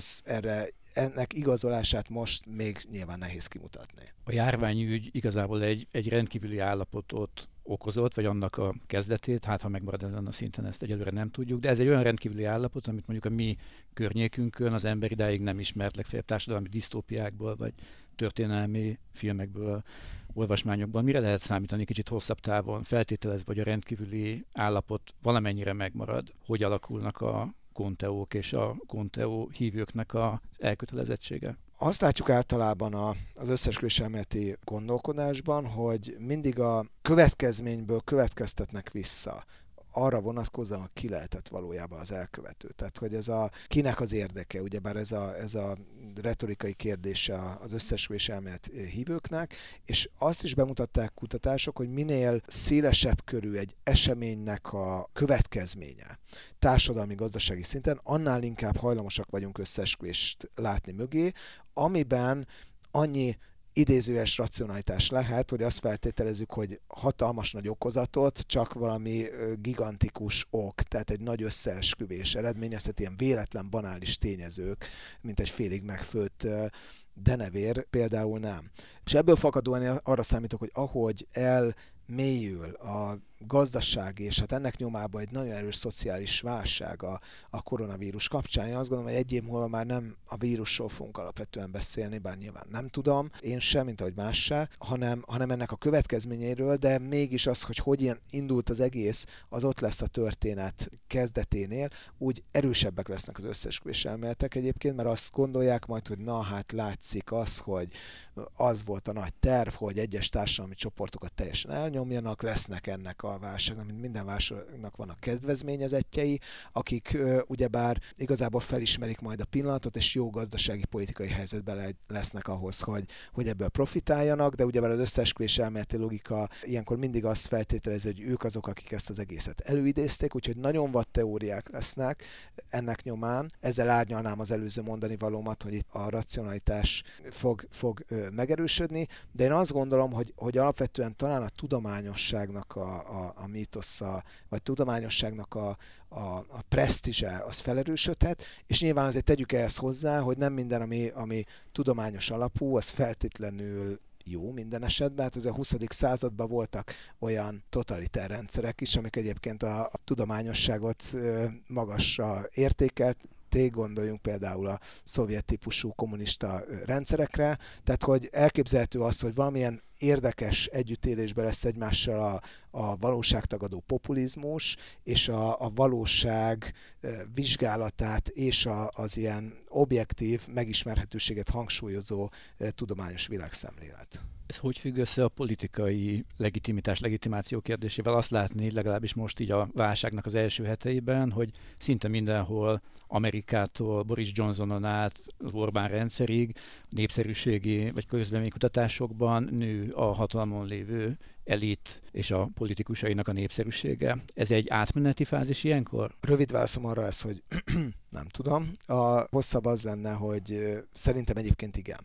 ennek igazolását most még nyilván nehéz kimutatni. A járványügy igazából egy rendkívüli állapotot okozott, vagy annak a kezdetét, hát ha megmarad ezen a szinten, ezt egyelőre nem tudjuk, de ez egy olyan rendkívüli állapot, amit mondjuk a mi környékünkön az ember idáig nem ismert, legfeljebb társadalmi disztópiákból, vagy történelmi filmekből, olvasmányokban. Mire lehet számítani kicsit hosszabb távon, feltételezve, hogy a rendkívüli állapot valamennyire megmarad, hogy alakulnak a konteók és a konteó hívőknek az elkötelezettsége? Azt látjuk általában az összeesküvés elméleti gondolkodásban, hogy mindig a következményből következtetnek vissza arra vonatkozóan, hogy ki lehetett valójában az elkövető. Tehát, hogy kinek az érdeke, ugyebár ez a retorikai kérdése az összeesküvés elmélet hívőknek, és azt is bemutatták kutatások, hogy minél szélesebb körű egy eseménynek a következménye társadalmi-gazdasági szinten, annál inkább hajlamosak vagyunk összeesküvést látni mögé, amiben annyi idézőes racionalitás lehet, hogy azt feltételezzük, hogy hatalmas nagy okozatot csak valami gigantikus ok, tehát egy nagy összeesküvés eredményezhet ilyen véletlen banális tényezők, mint egy félig megfőtt denevér például nem. És ebből fakadóan arra számítok, hogy ahogy elmélyül a gazdasági, és hát ennek nyomában egy nagyon erős szociális válság a koronavírus kapcsán. Én azt gondolom, hogy egy év múlva már nem a vírusról fogunk alapvetően beszélni, bár nyilván nem tudom, én sem, mint ahogy más se, hanem ennek a következményeiről, de mégis az, hogy ilyen indult az egész, az ott lesz a történet kezdeténél, úgy erősebbek lesznek az összeesküvés elméletek egyébként, mert azt gondolják majd, hogy na hát látszik az, hogy az volt a nagy terv, hogy egyes társadalmi csoportokat teljesen elnyomjanak, lesznek ennek a válságnak, mint minden válságnak vannak kedvezményezettjei, akik ugyebár igazából felismerik majd a pillanatot, és jó gazdasági politikai helyzetben lesznek ahhoz, hogy ebből profitáljanak, de ugyebár az összeesküvés elméleti logika ilyenkor mindig azt feltételezi, hogy ők azok, akik ezt az egészet előidézték, úgyhogy nagyon vad teóriák lesznek ennek nyomán. Ezzel árnyalnám az előző mondani valómat, hogy itt a racionalitás fog megerősödni, de én azt gondolom, hogy alapvetően talán a tudományosságnak a mítosza, vagy tudományosságnak a presztízse az felerősödhet, és nyilván azért tegyük ehhez hozzá, hogy nem minden, ami tudományos alapú, az feltétlenül jó minden esetben. Hát az a 20. században voltak olyan totalitár rendszerek is, amik egyébként a tudományosságot magasra értékelt, gondoljunk például a szovjet típusú kommunista rendszerekre, tehát hogy elképzelhető az, hogy valamilyen érdekes együttélésben lesz egymással a valóságtagadó populizmus, és a valóság vizsgálatát és az ilyen objektív megismerhetőséget hangsúlyozó tudományos világszemlélet. Ez hogy függ össze a politikai legitimáció kérdésével? Azt látni, legalábbis most így a válságnak az első heteiben, hogy szinte mindenhol Amerikától Boris Johnsonon át az Orbán rendszerig népszerűségi vagy közvéleménykutatásokban nő a hatalmon lévő elit és a politikusainak a népszerűsége. Ez egy átmeneti fázis ilyenkor? Rövid válaszom arra lesz, hogy nem tudom. A hosszabb az lenne, hogy szerintem egyébként igen.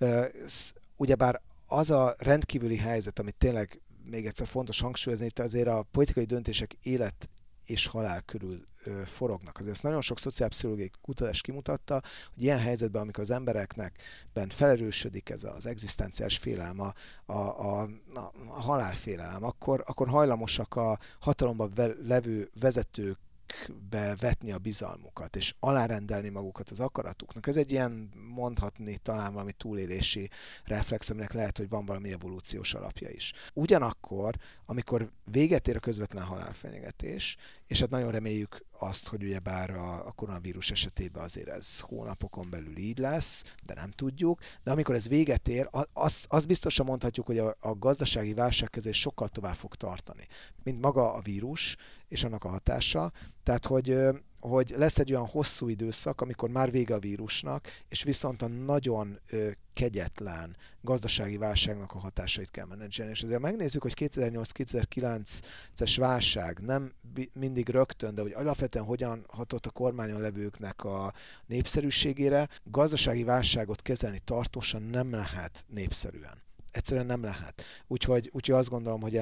Ugyebár az a rendkívüli helyzet, amit tényleg még egyszer fontos hangsúlyozni, itt azért a politikai döntések élet és halál körül forognak. Azért ezt nagyon sok szociálpszichológiai kutatás kimutatta, hogy ilyen helyzetben, amikor az embereknek felerősödik ez az egzisztenciális félelem, a halálfélelem, akkor hajlamosak a hatalomban levő vezetők vezetőkbe vetni a bizalmukat, és alárendelni magukat az akaratuknak. Ez egy ilyen, mondhatni talán valami túlélési reflex, aminek lehet, hogy van valami evolúciós alapja is. Ugyanakkor, amikor véget ér a közvetlen halálfenyegetés, és hát nagyon reméljük azt, hogy ugyebár a koronavírus esetében azért ez hónapokon belül így lesz, de nem tudjuk. De amikor ez véget ér, azt biztosan mondhatjuk, hogy a gazdasági válságkezelés sokkal tovább fog tartani, mint maga a vírus és annak a hatása. Tehát, hogy lesz egy olyan hosszú időszak, amikor már vége a vírusnak, és viszont a nagyon kegyetlen gazdasági válságnak a hatásait kell menedzselni. És azért megnézzük, hogy 2008-2009-es válság nem mindig rögtön, de hogy alapvetően hogyan hatott a kormányon levőknek a népszerűségére, gazdasági válságot kezelni tartósan nem lehet népszerűen. Egyszerűen nem lehet. Úgyhogy azt gondolom, hogy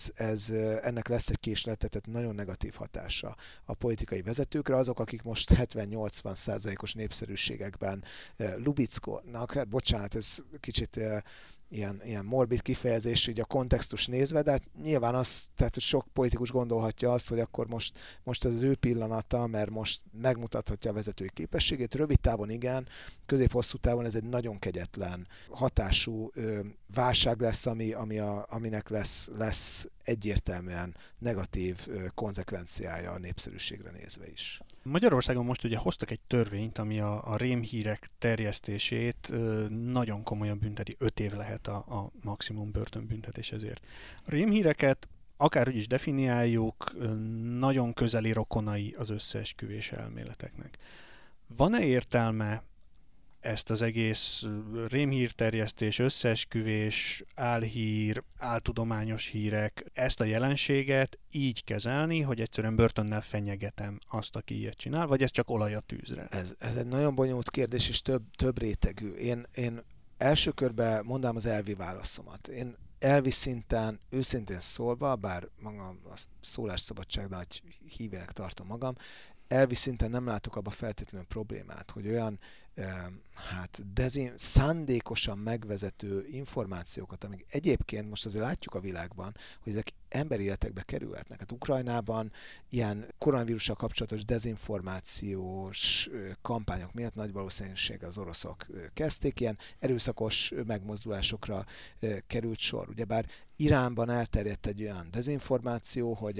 ennek lesz egy késleltetett nagyon negatív hatása a politikai vezetőkre. Azok, akik most 70-80%-os népszerűségekben lubickolnak, bocsánat, ez kicsit ilyen morbid kifejezés így a kontextus nézve, de hát nyilván tehát hogy sok politikus gondolhatja azt, hogy akkor most ez az ő pillanata, mert most megmutathatja a vezetői képességét. Rövid távon igen, közép-hosszú távon ez egy nagyon kegyetlen hatású válság lesz, aminek lesz egyértelműen negatív konzekvenciája a népszerűségre nézve is. Magyarországon most ugye hoztak egy törvényt, ami a rémhírek terjesztését nagyon komolyan bünteti, 5 év lehet a maximum börtönbüntetés ezért. A rémhíreket akárhogy is definiáljuk, nagyon közeli rokonai az összeesküvés elméleteknek. Van-e értelme ezt az egész rémhírterjesztés, összeesküvés, álhír, áltudományos hírek, ezt a jelenséget így kezelni, hogy egyszerűen börtönnel fenyegetem azt, aki ilyet csinál, vagy ez csak olaj a tűzre? Ez egy nagyon bonyolult kérdés, és több rétegű. Én első körben mondám az elvi válaszomat. Én elvi szinten, őszintén szólva, bár magam a szólásszabadságnak hívének tartom magam, elvi szinten nem látok abba feltétlenül problémát, hogy olyan szándékosan megvezető információkat, amik egyébként most azért látjuk a világban, hogy ezek emberi életekbe kerülhetnek. Hát Ukrajnában ilyen koronavírussal kapcsolatos dezinformációs kampányok miatt nagy valószínűség az oroszok kezdték, ilyen erőszakos megmozdulásokra került sor. Ugyebár Iránban elterjedt egy olyan dezinformáció, hogy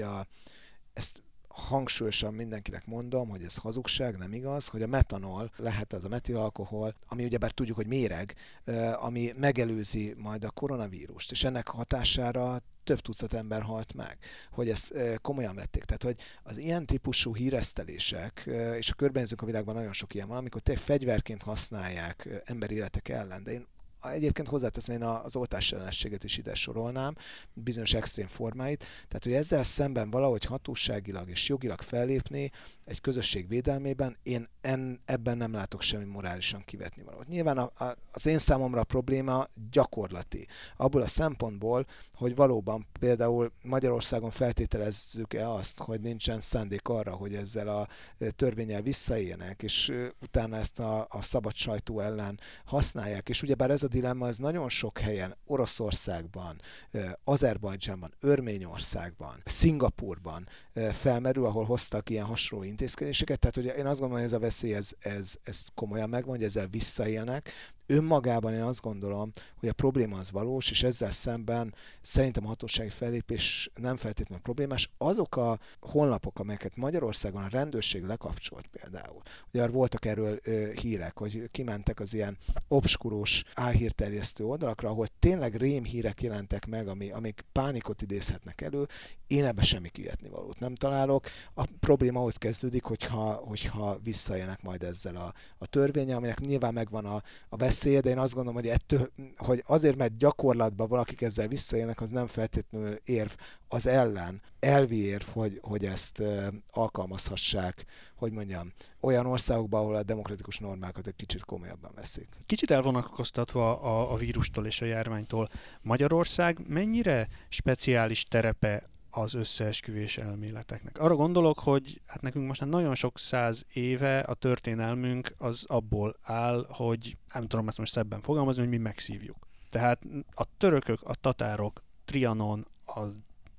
ezt hangsúlyosan mindenkinek mondom, hogy ez hazugság, nem igaz, hogy a metanol lehet az a metilalkohol, ami ugyebár tudjuk, hogy méreg, ami megelőzi majd a koronavírust, és ennek hatására több tucat ember halt meg, hogy ezt komolyan vették. Tehát, hogy az ilyen típusú híresztelések, és a körbenézünk a világban nagyon sok ilyen van, amikor tényleg fegyverként használják emberi életek ellen, de én egyébként hozzáteszem, én az oltás ellenességet is ide sorolnám, bizonyos extrém formáit, tehát hogy ezzel szemben valahogy hatóságilag és jogilag fellépni egy közösség védelmében, én ebben nem látok semmi morálisan kivetni valót. Nyilván az én számomra a probléma gyakorlati. Abból a szempontból, hogy valóban például Magyarországon feltételezzük-e azt, hogy nincsen szándék arra, hogy ezzel a törvénnyel visszaéljenek, és utána ezt a szabad sajtó ellen használják. És ugyebár ez a dilemma, ez nagyon sok helyen, Oroszországban, Azerbajdzsánban, Örményországban, Szingapurban felmerül, ahol hoztak ilyen hasonló intézkedéseket. Tehát hogy én azt gondolom, hogy ez a veszély, ez komolyan megvan, hogy ezzel visszaélnek. Önmagában én azt gondolom, hogy a probléma az valós, és ezzel szemben szerintem a hatósági fellépés nem feltétlenül problémás. Azok a honlapok, amelyeket Magyarországon a rendőrség lekapcsolt például, ugye voltak erről hírek, hogy kimentek az ilyen obskurus álhírterjesztő oldalakra, ahol tényleg rémhírek jelentek meg, amik pánikot idézhetnek elő. Én ebben semmi kivetnivalót nem találok. A probléma ott kezdődik, hogyha visszaélnek majd ezzel a törvénye, aminek nyilván megvan a veszélye, de én azt gondolom, hogy ettől, hogy azért, mert gyakorlatban valakik ezzel visszaélnek, az nem feltétlenül érv az ellen, elvi érv, hogy ezt alkalmazhassák, hogy mondjam, olyan országokban, ahol a demokratikus normákat egy kicsit komolyabban veszik. Kicsit elvonatkoztatva a vírustól és a járványtól, Magyarország mennyire speciális terepe az összeesküvés elméleteknek? Arra gondolok, hogy hát nekünk most nagyon sok 100 éve a történelmünk az abból áll, hogy nem tudom ezt most szebben fogalmazni, hogy mi megszívjuk. Tehát a törökök, a tatárok, Trianon, a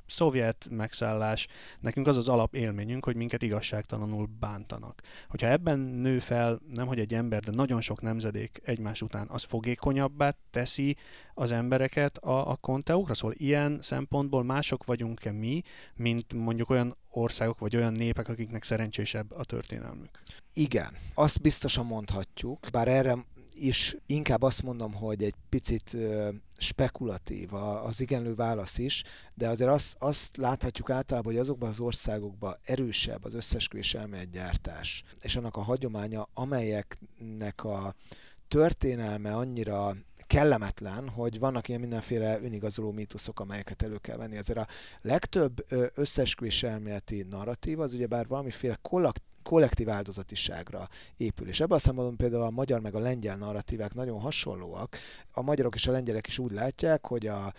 szovjet megszállás, nekünk az az alapélményünk, hogy minket igazságtalanul bántanak. Hogyha ebben nő fel nemhogy egy ember, de nagyon sok nemzedék egymás után, az fogékonyabbá teszi az embereket a konteókra? Szóval ilyen szempontból mások vagyunk-e mi, mint mondjuk olyan országok vagy olyan népek, akiknek szerencsésebb a történelmük? Igen, azt biztosan mondhatjuk, bár erre is inkább azt mondom, hogy egy picit spekulatív az igenlő válasz is, de azért azt láthatjuk általában, hogy azokban az országokban erősebb az összeesküvés elméletgyártás, és annak a hagyománya, amelyeknek a történelme annyira kellemetlen, hogy vannak ilyen mindenféle önigazoló mítoszok, amelyeket elő kell venni. Ezért a legtöbb összeesküvés elméleti narratív az ugyebár valamiféle kollektív áldozatiságra épül. És ebben a szempontból például a magyar meg a lengyel narratívák nagyon hasonlóak. A magyarok és a lengyelek is úgy látják, hogy a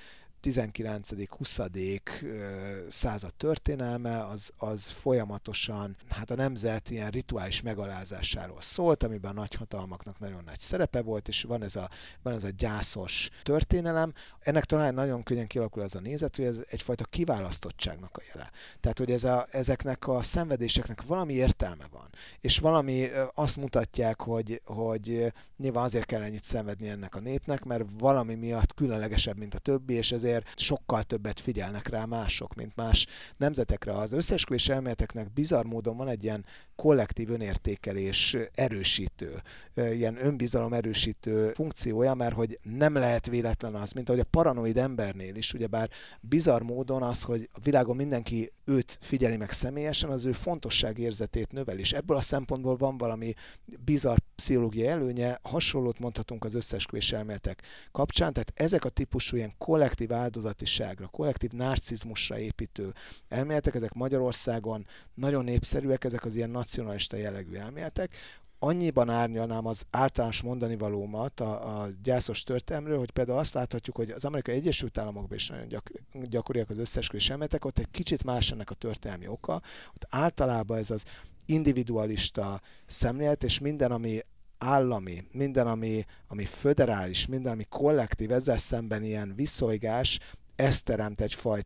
19.-20. század történelme az folyamatosan a nemzet ilyen rituális megalázásáról szólt, amiben a nagyhatalmaknak nagyon nagy szerepe volt, és van ez a gyászos történelem. Ennek talán nagyon könnyen kialakul az a nézet, hogy ez egyfajta kiválasztottságnak a jele. Tehát, hogy ezeknek a szenvedéseknek valami értelme van, és valami azt mutatják, hogy nyilván azért kell ennyit szenvedni ennek a népnek, mert valami miatt különlegesebb, mint a többi, és ezért sokkal többet figyelnek rá mások, mint más nemzetekre. Az összeesküvés elméleteknek bizarr módon van egy ilyen kollektív önértékelés erősítő, ilyen önbizalom erősítő funkciója, mert hogy nem lehet véletlen az, mint ahogy a paranoid embernél is, ugyebár bizarr módon az, hogy a világon mindenki őt figyeli meg személyesen, az ő fontosságérzetét növel, és ebből a szempontból van valami bizarr pszichológiai előnye, hasonlót mondhatunk az összeesküvés elméletek kapcsán, tehát ezek a típusú ilyen kollektív áldozatiságra, kollektív narcizmusra építő elméletek, ezek Magyarországon nagyon népszerűek, ezek az ilyen nacionalista jellegű elméletek. Annyiban árnyalnám az általános mondani valómat a gyászos történelmről, hogy például azt láthatjuk, hogy az Amerikai Egyesült Államokban is nagyon gyakoriak az összeesküvés elméletek, ott egy kicsit más ennek a történelmi oka. Ott általában ez az individualista szemlélet, és minden, ami állami, minden, ami föderális, minden, ami kollektív, ezzel szemben ilyen viszolygás, ez teremt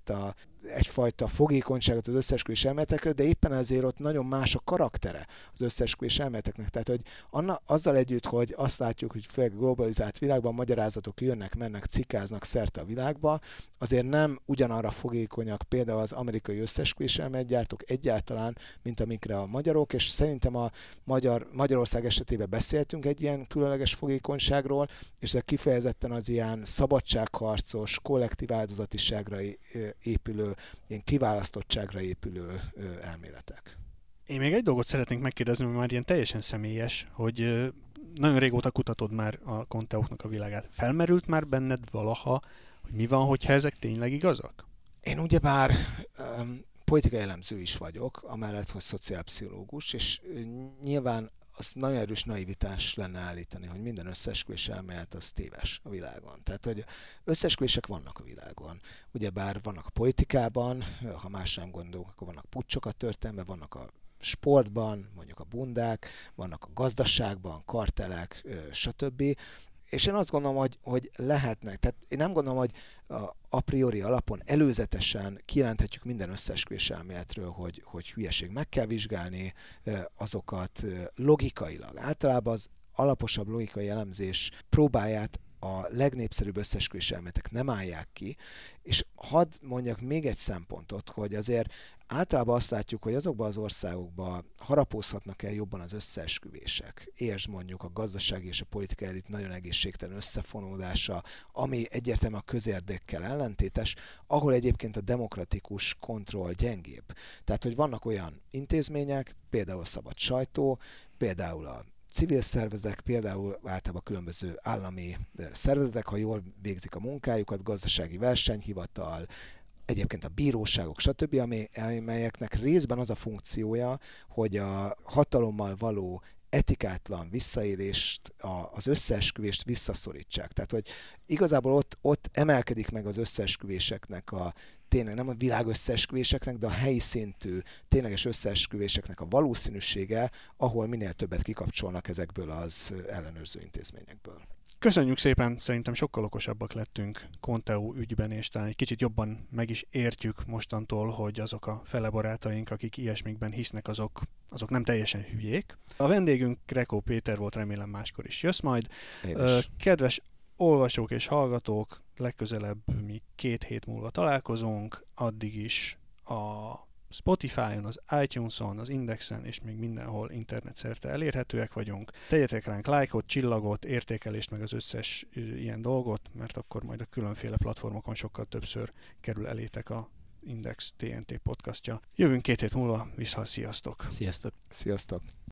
egyfajta fogékonyságot az összeesküvés elméletekre, de éppen ezért ott nagyon más a karaktere az összeesküvés elméleteknek. Tehát, hogy azzal együtt, hogy azt látjuk, hogy főleg globalizált világban magyarázatok jönnek, mennek, cikáznak szerte a világba, azért nem ugyanarra fogékonyak például az amerikai összeesküvés elméletgyártók egyáltalán, mint amikre a magyarok, és szerintem a Magyarország esetében beszéltünk egy ilyen különleges fogékonyságról, és ezek kifejezetten az ilyen szabadságharcos, kollektív áldozatiságra épülő, ilyen kiválasztottságra épülő elméletek. Én még egy dolgot szeretnék megkérdezni, mert már ilyen teljesen személyes, hogy nagyon régóta kutatod már a konteóknak a világát. Felmerült már benned valaha, hogy mi van, hogyha ezek tényleg igazak? Én ugyebár politikai elemző is vagyok, amellett, hogy szociálpszichológus, és nyilván az nagyon erős naivitás lenne állítani, hogy minden összeesküvés elmélet az téves a világon. Tehát, hogy összeesküvések vannak a világon. Ugyebár vannak a politikában, ha más nem gondolunk, akkor vannak puccsok a történelmben, vannak a sportban, mondjuk a bundák, vannak a gazdaságban, kartelek, stb. És én azt gondolom, hogy lehetnek. Tehát én nem gondolom, hogy a priori alapon előzetesen kijelenthetjük minden összeesküvés elméletről, hogy hülyeség. Meg kell vizsgálni azokat logikailag. Általában az alaposabb logikai elemzés próbáját a legnépszerűbb összeesküvés elméletek nem állják ki, és hadd mondjak még egy szempontot, hogy azért általában azt látjuk, hogy azokban az országokban harapózhatnak el jobban az összeesküvések. Értsd mondjuk a gazdasági és a politikai elit nagyon egészségtelen összefonódása, ami egyértelműen a közérdekkel ellentétes, ahol egyébként a demokratikus kontroll gyengébb. Tehát, hogy vannak olyan intézmények, például a szabad sajtó, például a civil szervezetek, például általában különböző állami szervezetek, ha jól végzik a munkájukat, gazdasági versenyhivatal, egyébként a bíróságok, stb., amelyeknek részben az a funkciója, hogy a hatalommal való etikátlan visszaélést, az összeesküvést visszaszorítsák. Tehát, hogy igazából ott emelkedik meg az összeesküvéseknek tényleg nem a világ összeesküvéseknek, de a helyi szintű tényleges összeesküvéseknek a valószínűsége, ahol minél többet kikapcsolnak ezekből az ellenőrző intézményekből. Köszönjük szépen, szerintem sokkal okosabbak lettünk Conteo ügyben, és talán egy kicsit jobban meg is értjük mostantól, hogy azok a felebarátaink, akik ilyesmikben hisznek, azok nem teljesen hülyék. A vendégünk Krekó Péter volt, remélem máskor is jössz majd. Kedves olvasók és hallgatók, legközelebb mi 2 hét múlva találkozunk, addig is a Spotify-on, az iTunes-on, az Indexen és még mindenhol internetszerte elérhetőek vagyunk. Tegyetek ránk lájkot, csillagot, értékelést, meg az összes ilyen dolgot, mert akkor majd a különféle platformokon sokkal többször kerül elétek a Index TNT podcastja. Jövünk 2 hét múlva, sziasztok! Sziasztok! Sziasztok!